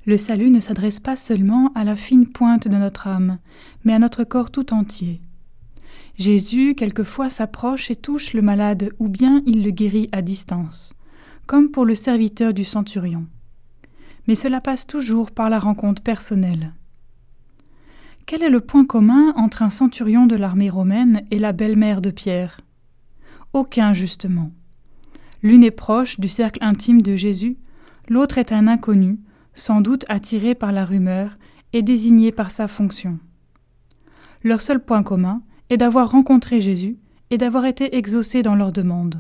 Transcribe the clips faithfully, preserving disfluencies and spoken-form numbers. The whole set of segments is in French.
Le salut ne s'adresse pas seulement à la fine pointe de notre âme, mais à notre corps tout entier. Jésus, quelquefois, s'approche et touche le malade, ou bien il le guérit à distance, comme pour le serviteur du centurion. Mais cela passe toujours par la rencontre personnelle. Quel est le point commun entre un centurion de l'armée romaine et la belle-mère de Pierre ? Aucun, justement. L'une est proche du cercle intime de Jésus, l'autre est un inconnu, sans doute attiré par la rumeur et désigné par sa fonction. Leur seul point commun est d'avoir rencontré Jésus et d'avoir été exaucés dans leur demande.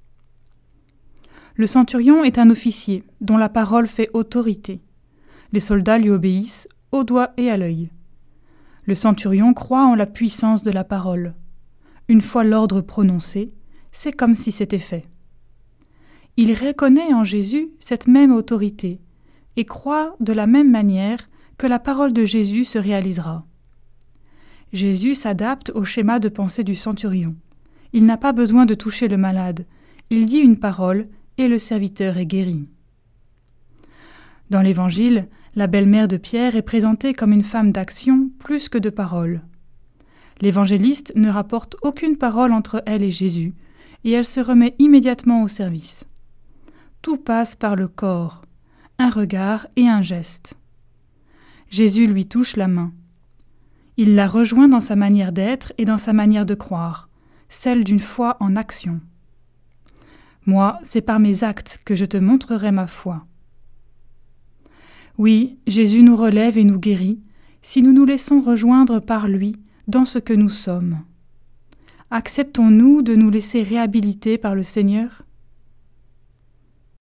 Le centurion est un officier dont la parole fait autorité. Les soldats lui obéissent au doigt et à l'œil. Le centurion croit en la puissance de la parole. Une fois l'ordre prononcé, c'est comme si c'était fait. Il reconnaît en Jésus cette même autorité et croit de la même manière que la parole de Jésus se réalisera. Jésus s'adapte au schéma de pensée du centurion. Il n'a pas besoin de toucher le malade. Il dit une parole et le serviteur est guéri. Dans l'Évangile, la belle-mère de Pierre est présentée comme une femme d'action plus que de parole. L'évangéliste ne rapporte aucune parole entre elle et Jésus, et elle se remet immédiatement au service. Tout passe par le corps, un regard et un geste. Jésus lui touche la main. Il la rejoint dans sa manière d'être et dans sa manière de croire, celle d'une foi en action. Moi, c'est par mes actes que je te montrerai ma foi. Oui, Jésus nous relève et nous guérit si nous nous laissons rejoindre par lui dans ce que nous sommes. Acceptons-nous de nous laisser réhabiliter par le Seigneur ?